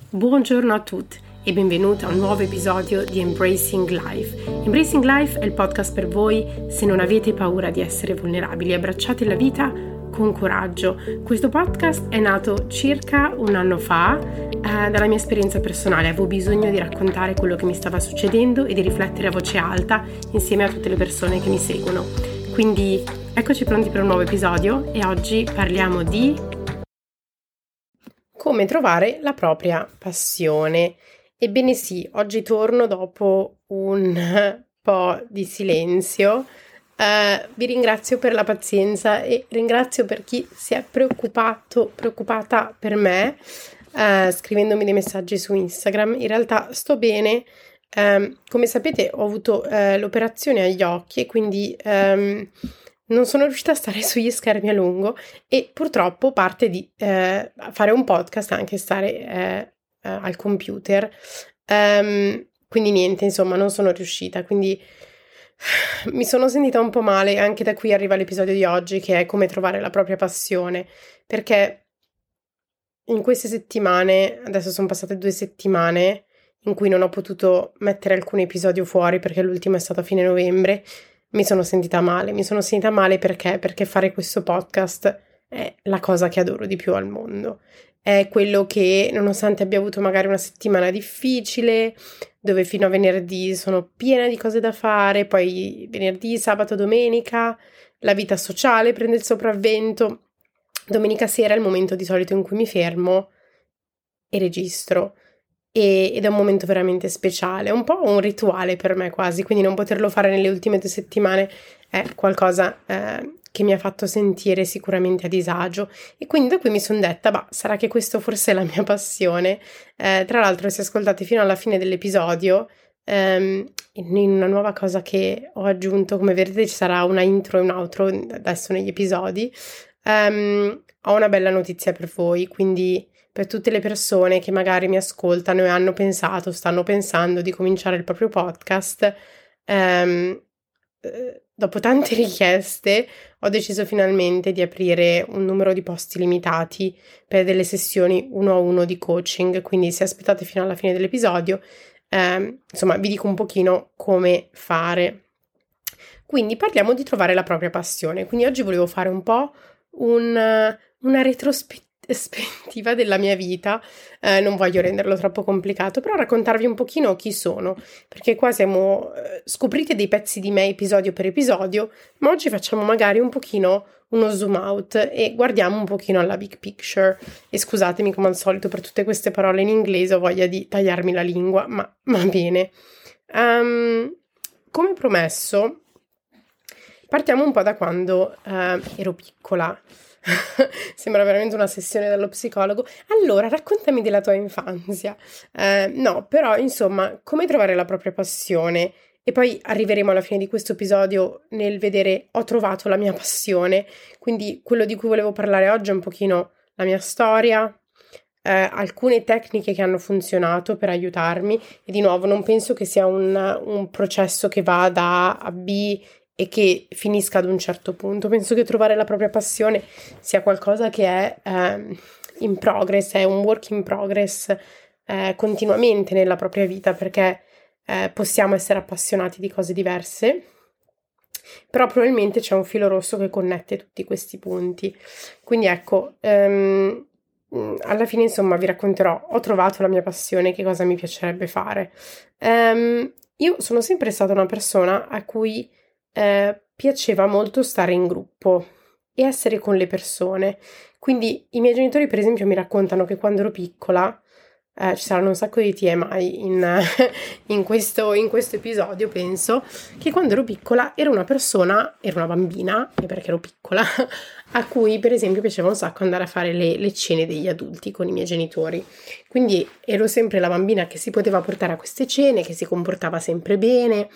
Buongiorno a tutti e benvenuti a un nuovo episodio di Embracing Life. Embracing Life è il podcast per voi se non avete paura di essere vulnerabili, abbracciate la vita con coraggio. Questo podcast è nato circa un anno fa dalla mia esperienza personale. Avevo bisogno di raccontare quello che mi stava succedendo e di riflettere a voce alta insieme a tutte le persone che mi seguono. Quindi eccoci pronti per un nuovo episodio e oggi parliamo di come trovare la propria passione. Ebbene sì, oggi torno dopo un po' di silenzio. Vi ringrazio per la pazienza e ringrazio per chi si è preoccupata per me, scrivendomi dei messaggi su Instagram. In realtà sto bene. Come sapete ho avuto l'operazione agli occhi e quindi non sono riuscita a stare sugli schermi a lungo e purtroppo parte di fare un podcast anche stare al computer, quindi niente, insomma non sono riuscita, quindi mi sono sentita un po' male. Anche da qui arriva l'episodio di oggi, che è come trovare la propria passione, perché in queste settimane, adesso sono passate 2 settimane in cui non ho potuto mettere alcun episodio fuori perché l'ultimo è stato a fine novembre. Mi sono sentita male perché fare questo podcast è la cosa che adoro di più al mondo. È quello che, nonostante abbia avuto magari una settimana difficile, dove fino a venerdì sono piena di cose da fare, poi venerdì, sabato, domenica, la vita sociale prende il sopravvento. Domenica sera è il momento di solito in cui mi fermo e registro. Ed è un momento veramente speciale, un po' un rituale per me quasi, quindi non poterlo fare nelle ultime 2 settimane è qualcosa che mi ha fatto sentire sicuramente a disagio, e quindi da qui mi sono detta, sarà che questo forse è la mia passione. Tra l'altro, se ascoltate fino alla fine dell'episodio, in una nuova cosa che ho aggiunto, come vedete ci sarà una intro e un outro adesso negli episodi, ho una bella notizia per voi, quindi per tutte le persone che magari mi ascoltano e stanno pensando di cominciare il proprio podcast, dopo tante richieste ho deciso finalmente di aprire un numero di posti limitati per delle sessioni 1-1 di coaching, quindi se aspettate fino alla fine dell'episodio, insomma vi dico un pochino come fare. Quindi parliamo di trovare la propria passione. Quindi oggi volevo fare un po' una retrospettiva della mia vita, non voglio renderlo troppo complicato, però raccontarvi un pochino chi sono, perché qua scoprite dei pezzi di me episodio per episodio, ma oggi facciamo magari un pochino uno zoom out e guardiamo un pochino alla big picture. E scusatemi come al solito per tutte queste parole in inglese, ho voglia di tagliarmi la lingua, ma va bene. Come promesso, partiamo un po' da quando ero piccola. Sembra veramente una sessione dallo psicologo. Allora, raccontami della tua infanzia. No, però, insomma, come trovare la propria passione? E poi arriveremo alla fine di questo episodio nel vedere ho trovato la mia passione. Quindi quello di cui volevo parlare oggi è un pochino la mia storia, alcune tecniche che hanno funzionato per aiutarmi. E di nuovo, non penso che sia un processo che va da A a B e che finisca ad un certo punto. Penso che trovare la propria passione sia qualcosa che è in progress, è un work in progress continuamente nella propria vita, perché possiamo essere appassionati di cose diverse, però probabilmente c'è un filo rosso che connette tutti questi punti. Quindi ecco, alla fine insomma vi racconterò, ho trovato la mia passione, che cosa mi piacerebbe fare. Io sono sempre stata una persona a cui piaceva molto stare in gruppo e essere con le persone. Quindi i miei genitori, per esempio, mi raccontano che quando ero piccola, ci saranno un sacco di TMI in questo episodio, penso, che quando ero piccola ero una bambina, e perché ero piccola, a cui per esempio piaceva un sacco andare a fare le cene degli adulti con i miei genitori. Quindi ero sempre la bambina che si poteva portare a queste cene, che si comportava sempre bene,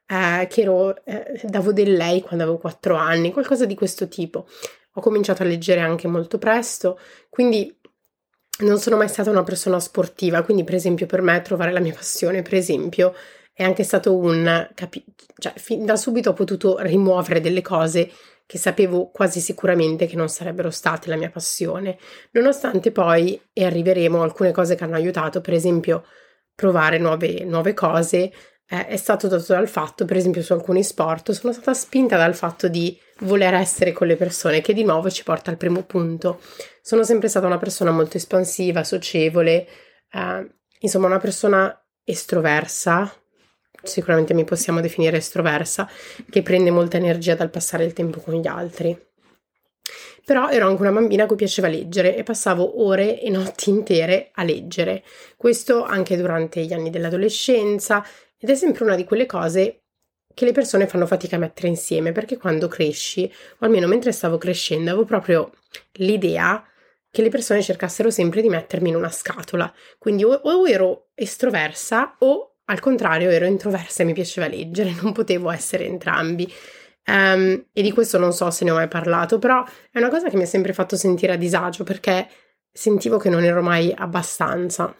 davo del lei quando avevo 4 anni, qualcosa di questo tipo. Ho cominciato a leggere anche molto presto, quindi non sono mai stata una persona sportiva, quindi per esempio per me trovare la mia passione, per esempio, è anche stato fin da subito ho potuto rimuovere delle cose che sapevo quasi sicuramente che non sarebbero state la mia passione, nonostante poi, e arriveremo, alcune cose che hanno aiutato, per esempio provare nuove cose, è stato dato dal fatto, per esempio su alcuni sport, sono stata spinta dal fatto di voler essere con le persone, che di nuovo ci porta al primo punto. Sono sempre stata una persona molto espansiva, socievole, insomma una persona estroversa, sicuramente mi possiamo definire estroversa, che prende molta energia dal passare il tempo con gli altri. Però ero anche una bambina a cui piaceva leggere e passavo ore e notti intere a leggere. Questo anche durante gli anni dell'adolescenza, ed è sempre una di quelle cose che le persone fanno fatica a mettere insieme, perché quando cresci, o almeno mentre stavo crescendo, avevo proprio l'idea che le persone cercassero sempre di mettermi in una scatola. Quindi o ero estroversa o al contrario ero introversa e mi piaceva leggere, non potevo essere entrambi. E di questo non so se ne ho mai parlato, però è una cosa che mi ha sempre fatto sentire a disagio, perché sentivo che non ero mai abbastanza.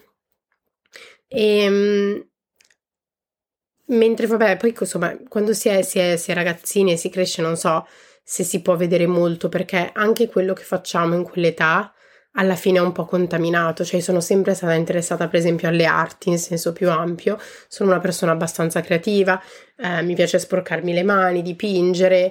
Mentre vabbè, poi insomma, quando si è ragazzini e si cresce, non so se si può vedere molto, perché anche quello che facciamo in quell'età alla fine è un po' contaminato. Cioè, sono sempre stata interessata per esempio alle arti in senso più ampio, sono una persona abbastanza creativa, mi piace sporcarmi le mani, dipingere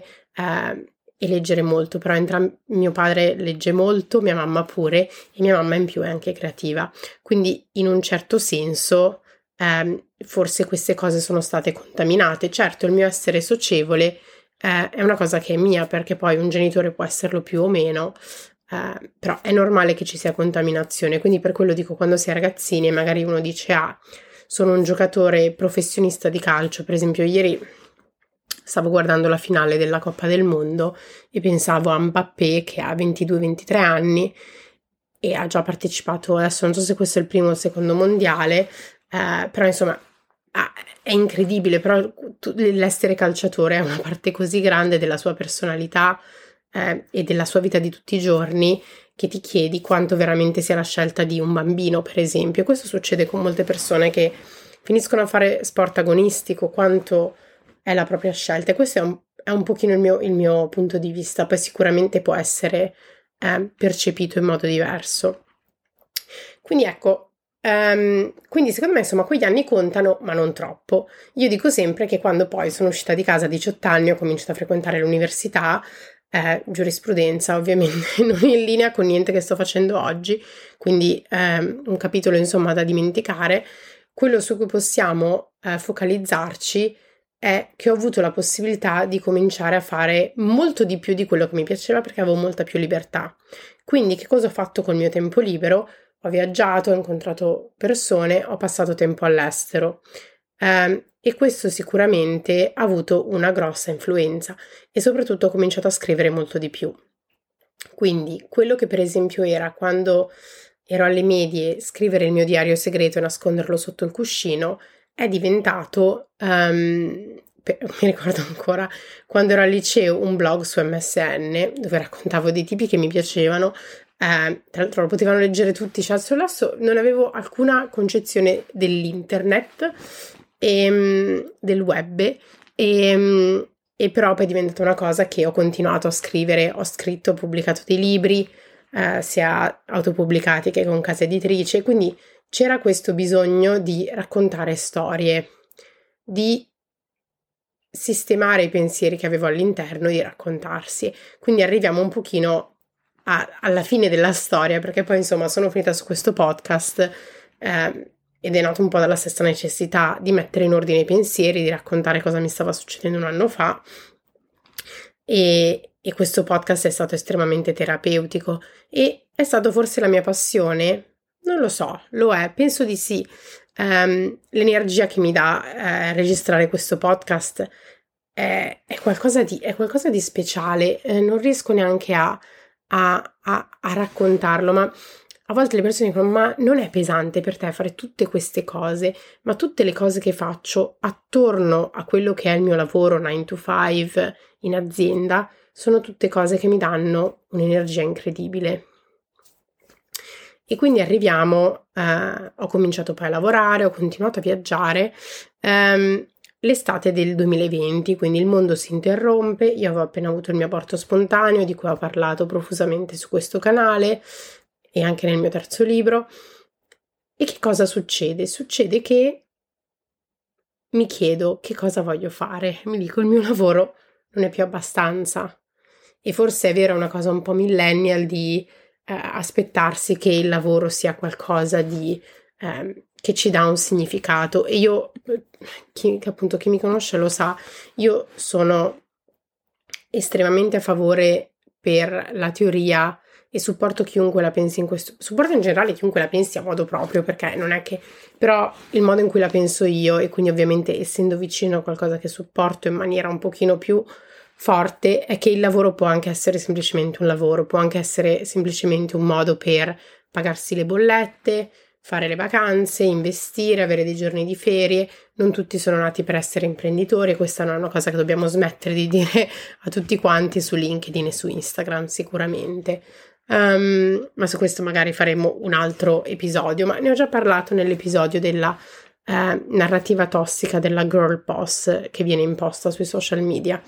e leggere molto, però mio padre legge molto, mia mamma pure, e mia mamma in più è anche creativa, quindi in un certo senso forse queste cose sono state contaminate. Certo, il mio essere socievole è una cosa che è mia, perché poi un genitore può esserlo più o meno, però è normale che ci sia contaminazione, quindi per quello dico, quando si è ragazzini e magari uno dice sono un giocatore professionista di calcio, per esempio ieri stavo guardando la finale della Coppa del Mondo e pensavo a Mbappé che ha 22-23 anni e ha già partecipato, adesso non so se questo è il primo o il secondo mondiale, però insomma è incredibile, però l'essere calciatore è una parte così grande della sua personalità e della sua vita di tutti i giorni, che ti chiedi quanto veramente sia la scelta di un bambino, per esempio. Questo succede con molte persone che finiscono a fare sport agonistico, quanto è la propria scelta, e questo è un pochino il mio punto di vista, poi sicuramente può essere percepito in modo diverso. Quindi ecco, quindi secondo me insomma quegli anni contano, ma non troppo. Io dico sempre che quando poi sono uscita di casa a 18 anni, ho cominciato a frequentare l'università, giurisprudenza, ovviamente non in linea con niente che sto facendo oggi, quindi un capitolo insomma da dimenticare. Quello su cui possiamo focalizzarci è che ho avuto la possibilità di cominciare a fare molto di più di quello che mi piaceva, perché avevo molta più libertà. Quindi che cosa ho fatto col mio tempo libero? Ho viaggiato, ho incontrato persone, ho passato tempo all'estero. E questo sicuramente ha avuto una grossa influenza, e soprattutto ho cominciato a scrivere molto di più. Quindi quello che per esempio era quando ero alle medie scrivere il mio diario segreto e nasconderlo sotto il cuscino, è diventato, mi ricordo ancora, quando ero al liceo, un blog su MSN dove raccontavo dei tipi che mi piacevano. Tra l'altro lo potevano leggere tutti, cioè adesso non avevo alcuna concezione dell'internet e del web, e però poi è diventata una cosa che ho continuato a scrivere. Ho scritto, ho pubblicato dei libri, sia autopubblicati che con casa editrice, quindi c'era questo bisogno di raccontare storie, di sistemare i pensieri che avevo all'interno, di raccontarsi. Quindi arriviamo un pochino alla fine della storia, perché poi insomma sono finita su questo podcast ed è nato un po' dalla stessa necessità di mettere in ordine i pensieri, di raccontare cosa mi stava succedendo un anno fa, e questo podcast è stato estremamente terapeutico e è stato forse la mia passione. Non lo so, lo è, penso di sì. L'energia che mi dà registrare questo podcast è qualcosa di speciale, non riesco neanche a raccontarlo, ma a volte le persone dicono: ma non è pesante per te fare tutte queste cose? Ma tutte le cose che faccio attorno a quello che è il mio lavoro 9 to 5 in azienda sono tutte cose che mi danno un'energia incredibile. E quindi arriviamo, ho cominciato poi a lavorare, ho continuato a viaggiare, l'estate del 2020, quindi il mondo si interrompe, io avevo appena avuto il mio aborto spontaneo, di cui ho parlato profusamente su questo canale e anche nel mio terzo libro. E che cosa succede? Succede che mi chiedo che cosa voglio fare, mi dico il mio lavoro non è più abbastanza, e forse è vera una cosa un po' millennial di aspettarsi che il lavoro sia qualcosa di che ci dà un significato. E io, chi mi conosce lo sa, io sono estremamente a favore per la teoria e supporto chiunque la pensi supporto in generale chiunque la pensi a modo proprio, perché non è che, però il modo in cui la penso io, e quindi ovviamente essendo vicino a qualcosa che supporto in maniera un pochino più forte, è che il lavoro può anche essere semplicemente un lavoro, può anche essere semplicemente un modo per pagarsi le bollette, fare le vacanze, investire, avere dei giorni di ferie. Non tutti sono nati per essere imprenditori, questa non è una cosa che dobbiamo smettere di dire a tutti quanti su LinkedIn e su Instagram sicuramente. Ma su questo magari faremo un altro episodio, ma ne ho già parlato nell'episodio della narrativa tossica della girl boss che viene imposta sui social media.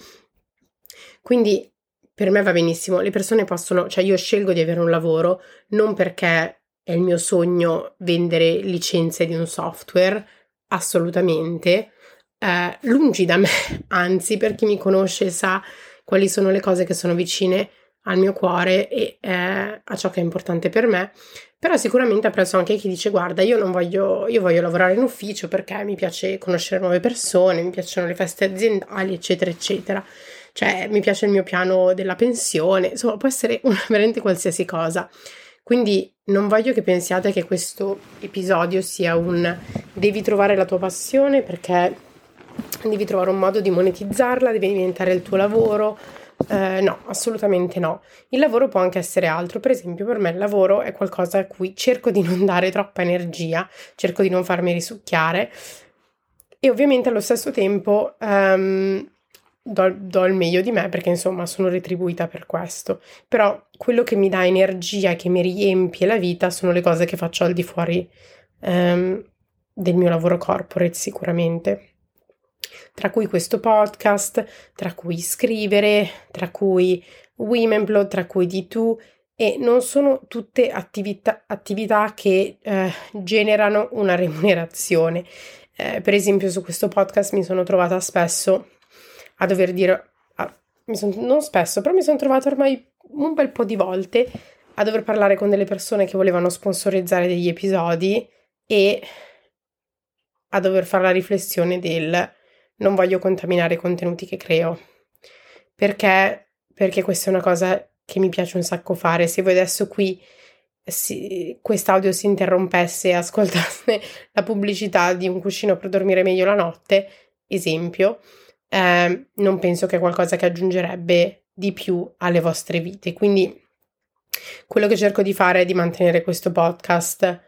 Quindi per me va benissimo, le persone possono, cioè io scelgo di avere un lavoro non perché è il mio sogno vendere licenze di un software, assolutamente, lungi da me, anzi per chi mi conosce sa quali sono le cose che sono vicine al mio cuore e a ciò che è importante per me. Però sicuramente apprezzo anche chi dice guarda, io voglio lavorare in ufficio perché mi piace conoscere nuove persone, mi piacciono le feste aziendali, eccetera eccetera, cioè mi piace il mio piano della pensione, insomma può essere veramente qualsiasi cosa. Quindi non voglio che pensiate che questo episodio sia un devi trovare la tua passione, perché devi trovare un modo di monetizzarla, deve diventare il tuo lavoro. No, assolutamente no. Il lavoro può anche essere altro. Per esempio, per me il lavoro è qualcosa a cui cerco di non dare troppa energia, cerco di non farmi risucchiare e ovviamente allo stesso tempo do il meglio di me, perché insomma sono retribuita per questo. Però quello che mi dà energia e che mi riempie la vita sono le cose che faccio al di fuori del mio lavoro corporate sicuramente. Tra cui questo podcast, tra cui scrivere, tra cui Womenblog, tra cui D2, e non sono tutte attività che generano una remunerazione. Per esempio su questo podcast mi sono trovata spesso a dover dire, non spesso, però mi sono trovata ormai un bel po' di volte a dover parlare con delle persone che volevano sponsorizzare degli episodi e a dover fare la riflessione del non voglio contaminare i contenuti che creo. Perché questa è una cosa che mi piace un sacco fare. Se voi adesso qui quest'audio si interrompesse e ascoltaste la pubblicità di un cuscino per dormire meglio la notte, esempio, non penso che è qualcosa che aggiungerebbe di più alle vostre vite. Quindi quello che cerco di fare è di mantenere questo podcast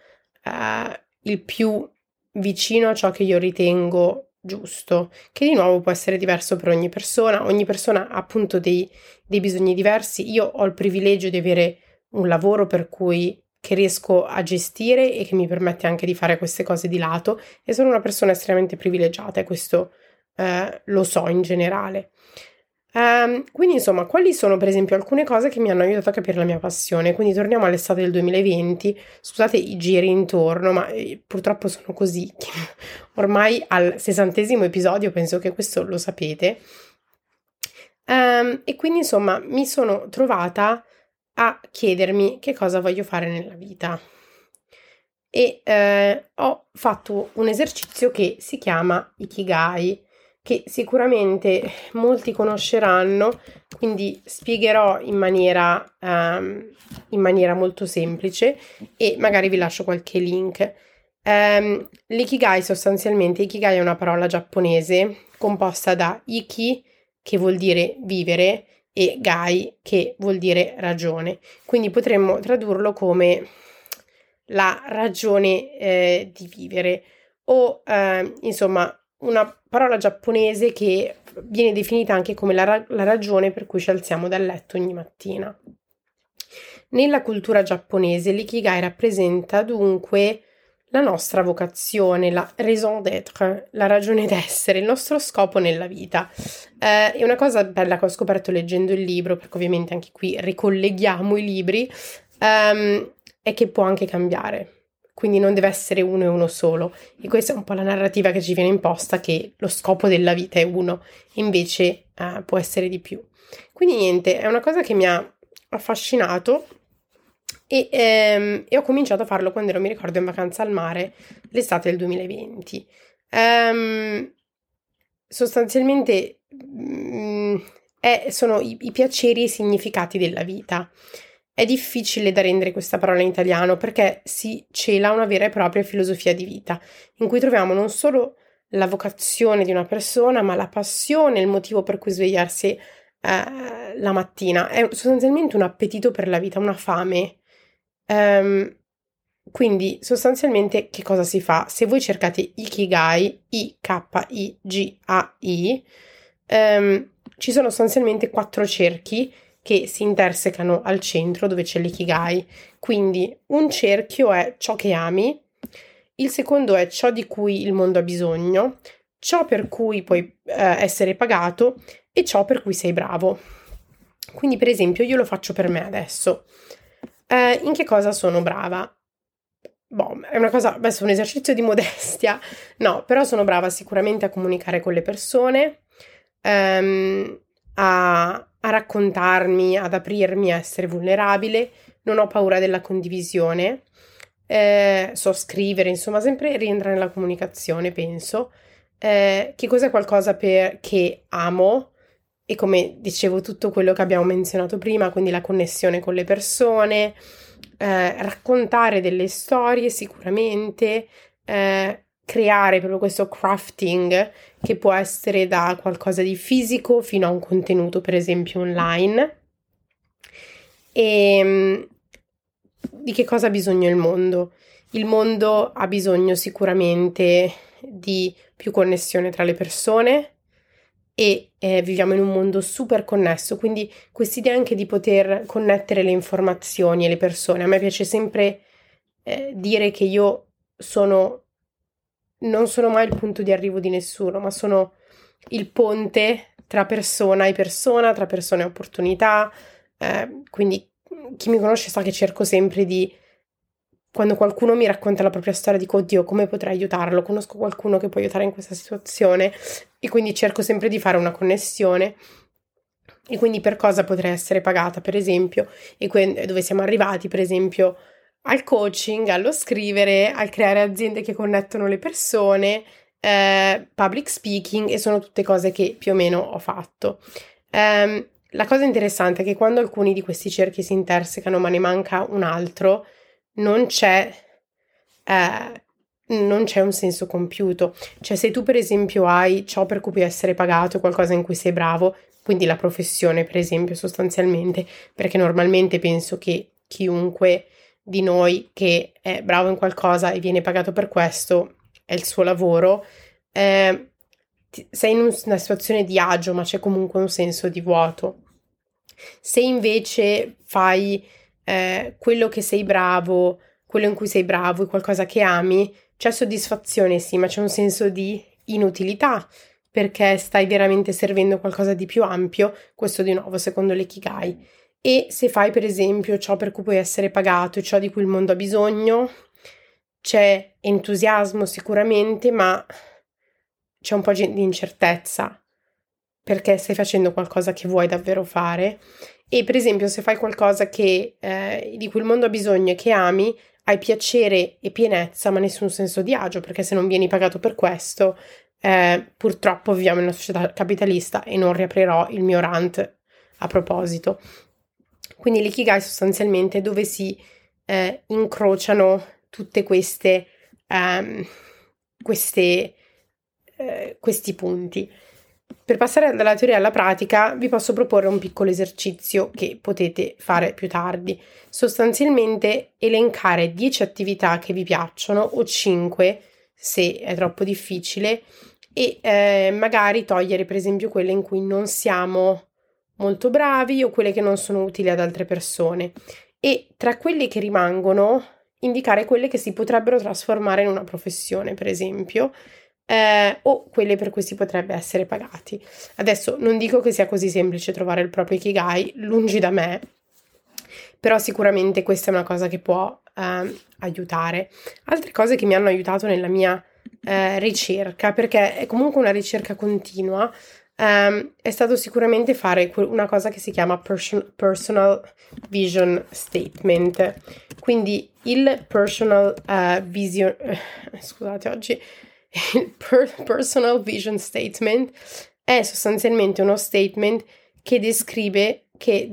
il più vicino a ciò che io ritengo giusto, che di nuovo può essere diverso per ogni persona ha appunto dei bisogni diversi. Io ho il privilegio di avere un lavoro per cui che riesco a gestire e che mi permette anche di fare queste cose di lato, e sono una persona estremamente privilegiata e questo lo so in generale. Quindi insomma, quali sono per esempio alcune cose che mi hanno aiutato a capire la mia passione? Quindi torniamo all'estate del 2020, scusate i giri intorno, ma purtroppo sono così, ormai al 60° episodio penso che questo lo sapete, e quindi insomma mi sono trovata a chiedermi che cosa voglio fare nella vita e ho fatto un esercizio che si chiama Ikigai, che sicuramente molti conosceranno, quindi spiegherò in maniera molto semplice e magari vi lascio qualche link. L'ikigai sostanzialmente, Ikigai è una parola giapponese composta da Iki, che vuol dire vivere, e Gai, che vuol dire ragione. Quindi potremmo tradurlo come la ragione di vivere o insomma una parola giapponese che viene definita anche come la ragione per cui ci alziamo dal letto ogni mattina. Nella cultura giapponese l'ikigai rappresenta dunque la nostra vocazione, la raison d'être, la ragione d'essere, il nostro scopo nella vita. E una cosa bella che ho scoperto leggendo il libro, perché ovviamente anche qui ricolleghiamo i libri, è che può anche cambiare. Quindi non deve essere uno e uno solo. E questa è un po' la narrativa che ci viene imposta, che lo scopo della vita è uno, invece può essere di più. Quindi niente, è una cosa che mi ha affascinato e ho cominciato a farlo quando ero, mi ricordo, in vacanza al mare l'estate del 2020. Sostanzialmente sono i piaceri e i significati della vita. È difficile da rendere questa parola in italiano perché si cela una vera e propria filosofia di vita, in cui troviamo non solo la vocazione di una persona, ma la passione, il motivo per cui svegliarsi la mattina. È sostanzialmente un appetito per la vita, una fame. Quindi sostanzialmente che cosa si fa? Se voi cercate Ikigai, Ikigai, ci sono sostanzialmente 4 cerchi che si intersecano al centro dove c'è l'Ikigai. Quindi un cerchio è ciò che ami, il secondo è ciò di cui il mondo ha bisogno, ciò per cui puoi essere pagato e ciò per cui sei bravo. Quindi per esempio io lo faccio per me adesso. In che cosa sono brava? È una cosa, adesso un esercizio di modestia, no, però sono brava sicuramente a comunicare con le persone, a raccontarmi, ad aprirmi, a essere vulnerabile, non ho paura della condivisione, so scrivere, insomma, sempre rientra nella comunicazione, penso. Che cos'è qualcosa che amo? E come dicevo, tutto quello che abbiamo menzionato prima, quindi la connessione con le persone, raccontare delle storie sicuramente, creare proprio questo crafting che può essere da qualcosa di fisico fino a un contenuto, per esempio, online. E di che cosa ha bisogno il mondo? Il mondo ha bisogno sicuramente di più connessione tra le persone e viviamo in un mondo super connesso, quindi quest'idea anche di poter connettere le informazioni e le persone. A me piace sempre dire che io non sono mai il punto di arrivo di nessuno, ma sono il ponte tra persona e persona, tra persone e opportunità. Quindi chi mi conosce sa che cerco sempre di, quando qualcuno mi racconta la propria storia, dico, oddio, come potrei aiutarlo? Conosco qualcuno che può aiutare in questa situazione e quindi cerco sempre di fare una connessione. E quindi per cosa potrei essere pagata, per esempio, e dove siamo arrivati, per esempio, al coaching, allo scrivere, al creare aziende che connettono le persone, public speaking, e sono tutte cose che più o meno ho fatto. La cosa interessante è che quando alcuni di questi cerchi si intersecano, ma ne manca un altro, non c'è un senso compiuto. Cioè, se tu per esempio hai ciò per cui puoi essere pagato, qualcosa in cui sei bravo, quindi la professione per esempio sostanzialmente, perché normalmente penso che chiunque di noi che è bravo in qualcosa e viene pagato per questo è il suo lavoro, sei in una situazione di agio, ma c'è comunque un senso di vuoto. Se invece fai quello che sei bravo, quello in cui sei bravo, è qualcosa che ami, c'è soddisfazione, sì, ma c'è un senso di inutilità, perché stai veramente servendo qualcosa di più ampio, questo di nuovo secondo l'Ikigai. E se fai per esempio ciò per cui puoi essere pagato e ciò di cui il mondo ha bisogno, c'è entusiasmo sicuramente, ma c'è un po' di incertezza, perché stai facendo qualcosa che vuoi davvero fare. E per esempio se fai qualcosa di cui il mondo ha bisogno e che ami, hai piacere e pienezza, ma nessun senso di agio, perché se non vieni pagato per questo, purtroppo viviamo in una società capitalista e non riaprirò il mio rant a proposito. Quindi l'ikigai sostanzialmente è dove si incrociano tutte questi punti. Per passare dalla teoria alla pratica vi posso proporre un piccolo esercizio che potete fare più tardi. Sostanzialmente elencare 10 attività che vi piacciono o 5 se è troppo difficile e magari togliere per esempio quelle in cui non siamo molto bravi o quelle che non sono utili ad altre persone. E tra quelli che rimangono indicare quelle che si potrebbero trasformare in una professione, per esempio, o quelle per cui si potrebbe essere pagati. Adesso non dico che sia così semplice trovare il proprio Ikigai, lungi da me, però sicuramente questa è una cosa che può aiutare. Altre cose che mi hanno aiutato nella mia ricerca, perché è comunque una ricerca continua, è stato sicuramente fare una cosa che si chiama personal vision statement. Quindi il personal vision, scusate oggi, il personal vision statement è sostanzialmente uno statement che descrive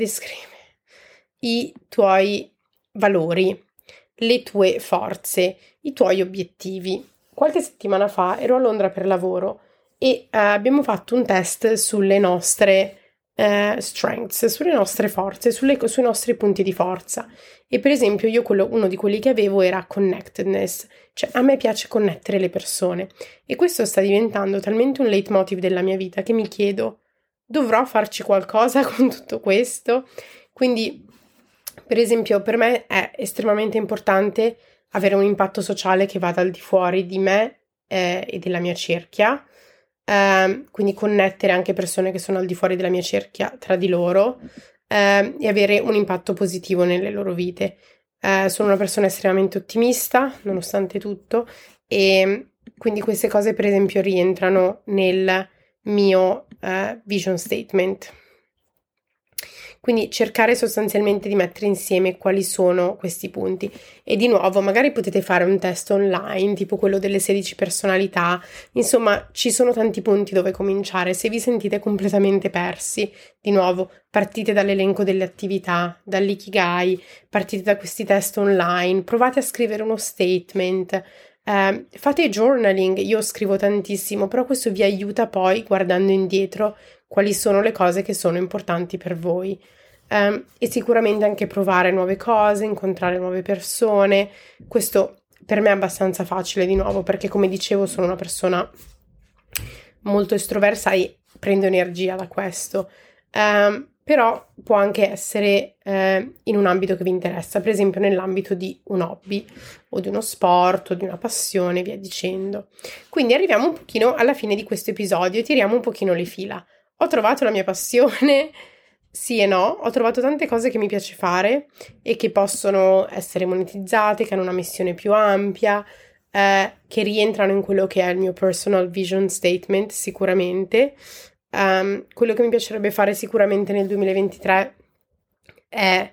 i tuoi valori, le tue forze, i tuoi obiettivi. Qualche settimana fa ero a Londra per lavoro e abbiamo fatto un test sulle nostre strengths, sulle nostre forze, sui nostri punti di forza. E per esempio io uno di quelli che avevo era connectedness, cioè a me piace connettere le persone e questo sta diventando talmente un leitmotiv della mia vita che mi chiedo, dovrò farci qualcosa con tutto questo? Quindi, per esempio, per me è estremamente importante avere un impatto sociale che vada al di fuori di me e della mia cerchia, quindi connettere anche persone che sono al di fuori della mia cerchia tra di loro e avere un impatto positivo nelle loro vite. Sono una persona estremamente ottimista, nonostante tutto, e quindi queste cose, per esempio, rientrano nel mio vision statement. Quindi cercare sostanzialmente di mettere insieme quali sono questi punti. E di nuovo, magari potete fare un test online, tipo quello delle 16 personalità. Insomma, ci sono tanti punti dove cominciare. Se vi sentite completamente persi, di nuovo, partite dall'elenco delle attività, dall'ikigai, partite da questi test online, provate a scrivere uno statement. Fate journaling, io scrivo tantissimo, però questo vi aiuta poi, guardando indietro, quali sono le cose che sono importanti per voi. E sicuramente anche provare nuove cose, incontrare nuove persone. Questo per me è abbastanza facile, di nuovo, perché come dicevo sono una persona molto estroversa e prendo energia da questo. Però può anche essere in un ambito che vi interessa, per esempio nell'ambito di un hobby o di uno sport o di una passione, via dicendo. Quindi arriviamo un pochino alla fine di questo episodio, tiriamo un pochino le fila. Ho trovato la mia passione, sì e no, ho trovato tante cose che mi piace fare e che possono essere monetizzate, che hanno una missione più ampia, che rientrano in quello che è il mio personal vision statement, sicuramente. Quello che mi piacerebbe fare sicuramente nel 2023 è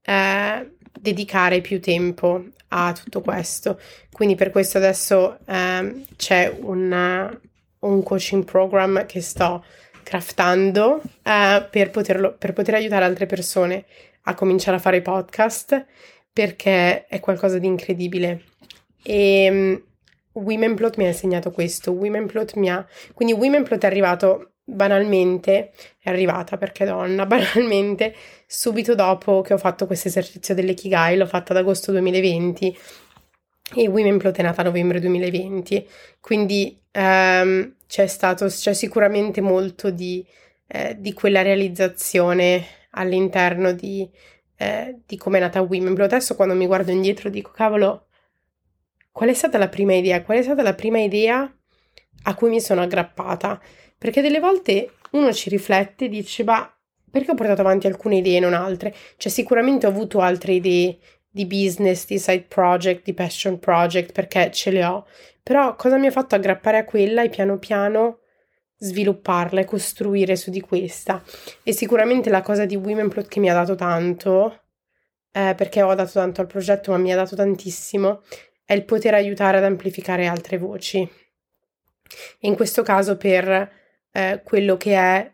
dedicare più tempo a tutto questo. Quindi per questo adesso c'è un coaching program che sto craftando per poter aiutare altre persone a cominciare a fare podcast, perché è qualcosa di incredibile. E Womenplot mi ha insegnato questo. Quindi Womenplot è arrivato banalmente, è arrivata perché donna, banalmente subito dopo che ho fatto questo esercizio dell'Ikigai. L'ho fatta ad agosto 2020 e Womenplot è nata a novembre 2020, quindi c'è sicuramente molto di quella realizzazione all'interno di come è nata Womenplot. Adesso quando mi guardo indietro dico, cavolo, qual è stata la prima idea? Qual è stata la prima idea a cui mi sono aggrappata? Perché delle volte uno ci riflette e dice, ma perché ho portato avanti alcune idee e non altre? Cioè sicuramente ho avuto altre idee di business, di side project, di passion project, perché ce le ho. Però cosa mi ha fatto aggrappare a quella e piano piano svilupparla e costruire su di questa? E sicuramente la cosa di Womenplot che mi ha dato tanto, perché ho dato tanto al progetto, ma mi ha dato tantissimo, è il poter aiutare ad amplificare altre voci. E in questo caso per quello che è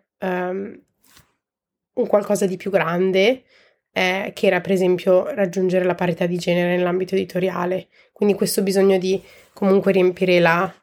un qualcosa di più grande, che era per esempio raggiungere la parità di genere nell'ambito editoriale. Quindi questo bisogno di comunque riempire la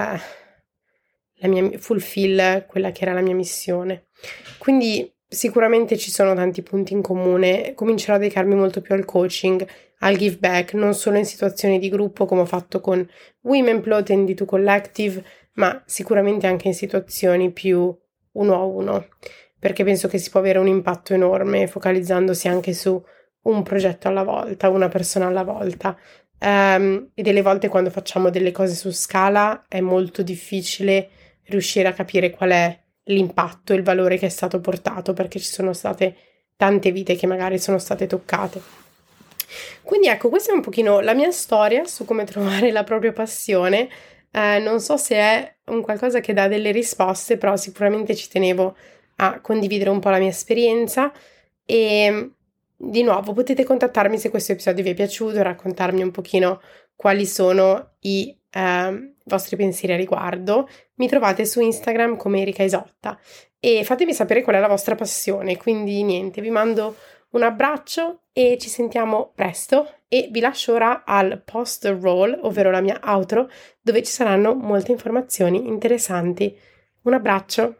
mia fulfill, quella che era la mia missione. Quindi sicuramente ci sono tanti punti in comune. Comincerò a dedicarmi molto più al coaching, al give back, non solo in situazioni di gruppo come ho fatto con Womenplot e D2 Collective, ma sicuramente anche in situazioni più uno a uno, perché penso che si può avere un impatto enorme focalizzandosi anche su un progetto alla volta, una persona alla volta. E delle volte quando facciamo delle cose su scala è molto difficile riuscire a capire qual è l'impatto, il valore che è stato portato, perché ci sono state tante vite che magari sono state toccate. Quindi ecco, questa è un pochino la mia storia su come trovare la propria passione. Non so se è un qualcosa che dà delle risposte, però sicuramente ci tenevo a condividere un po' la mia esperienza e di nuovo potete contattarmi se questo episodio vi è piaciuto, raccontarmi un pochino quali sono i vostri pensieri a riguardo. Mi trovate su Instagram come Erika Isotta e fatemi sapere qual è la vostra passione. Quindi niente, vi mando un abbraccio e ci sentiamo presto e vi lascio ora al post roll, ovvero la mia outro, dove ci saranno molte informazioni interessanti. Un abbraccio!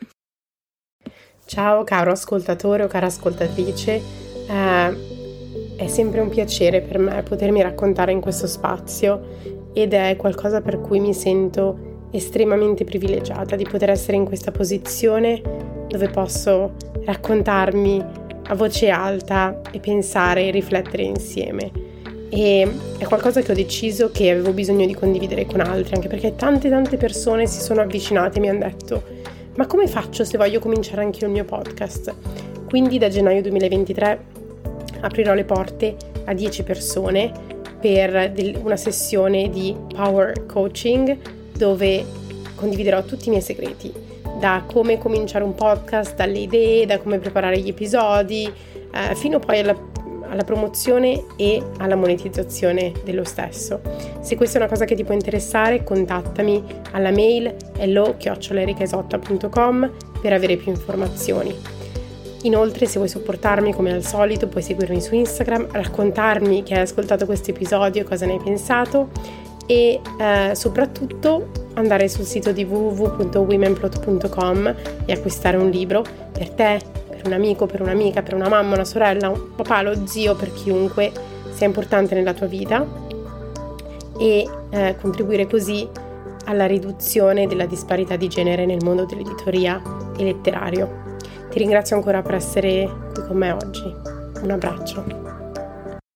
Ciao caro ascoltatore o cara ascoltatrice, è sempre un piacere per me potermi raccontare in questo spazio ed è qualcosa per cui mi sento estremamente privilegiata di poter essere in questa posizione dove posso raccontarmi a voce alta e pensare e riflettere insieme. E è qualcosa che ho deciso che avevo bisogno di condividere con altri, anche perché tante persone si sono avvicinate e mi hanno detto: ma come faccio se voglio cominciare anche io il mio podcast? Quindi da gennaio 2023 aprirò le porte a 10 persone per una sessione di power coaching dove condividerò tutti i miei segreti, da come cominciare un podcast, dalle idee, da come preparare gli episodi, fino poi alla promozione e alla monetizzazione dello stesso. Se questa è una cosa che ti può interessare, contattami alla mail hello@erikaisotta.com per avere più informazioni. Inoltre, se vuoi supportarmi come al solito, puoi seguirmi su Instagram, raccontarmi che hai ascoltato questo episodio e cosa ne hai pensato e soprattutto andare sul sito di www.womenplot.com e acquistare un libro per te, per un amico, per un'amica, per una mamma, una sorella, un papà, lo zio, per chiunque sia importante nella tua vita e contribuire così alla riduzione della disparità di genere nel mondo dell'editoria e letterario. Ti ringrazio ancora per essere qui con me oggi. Un abbraccio.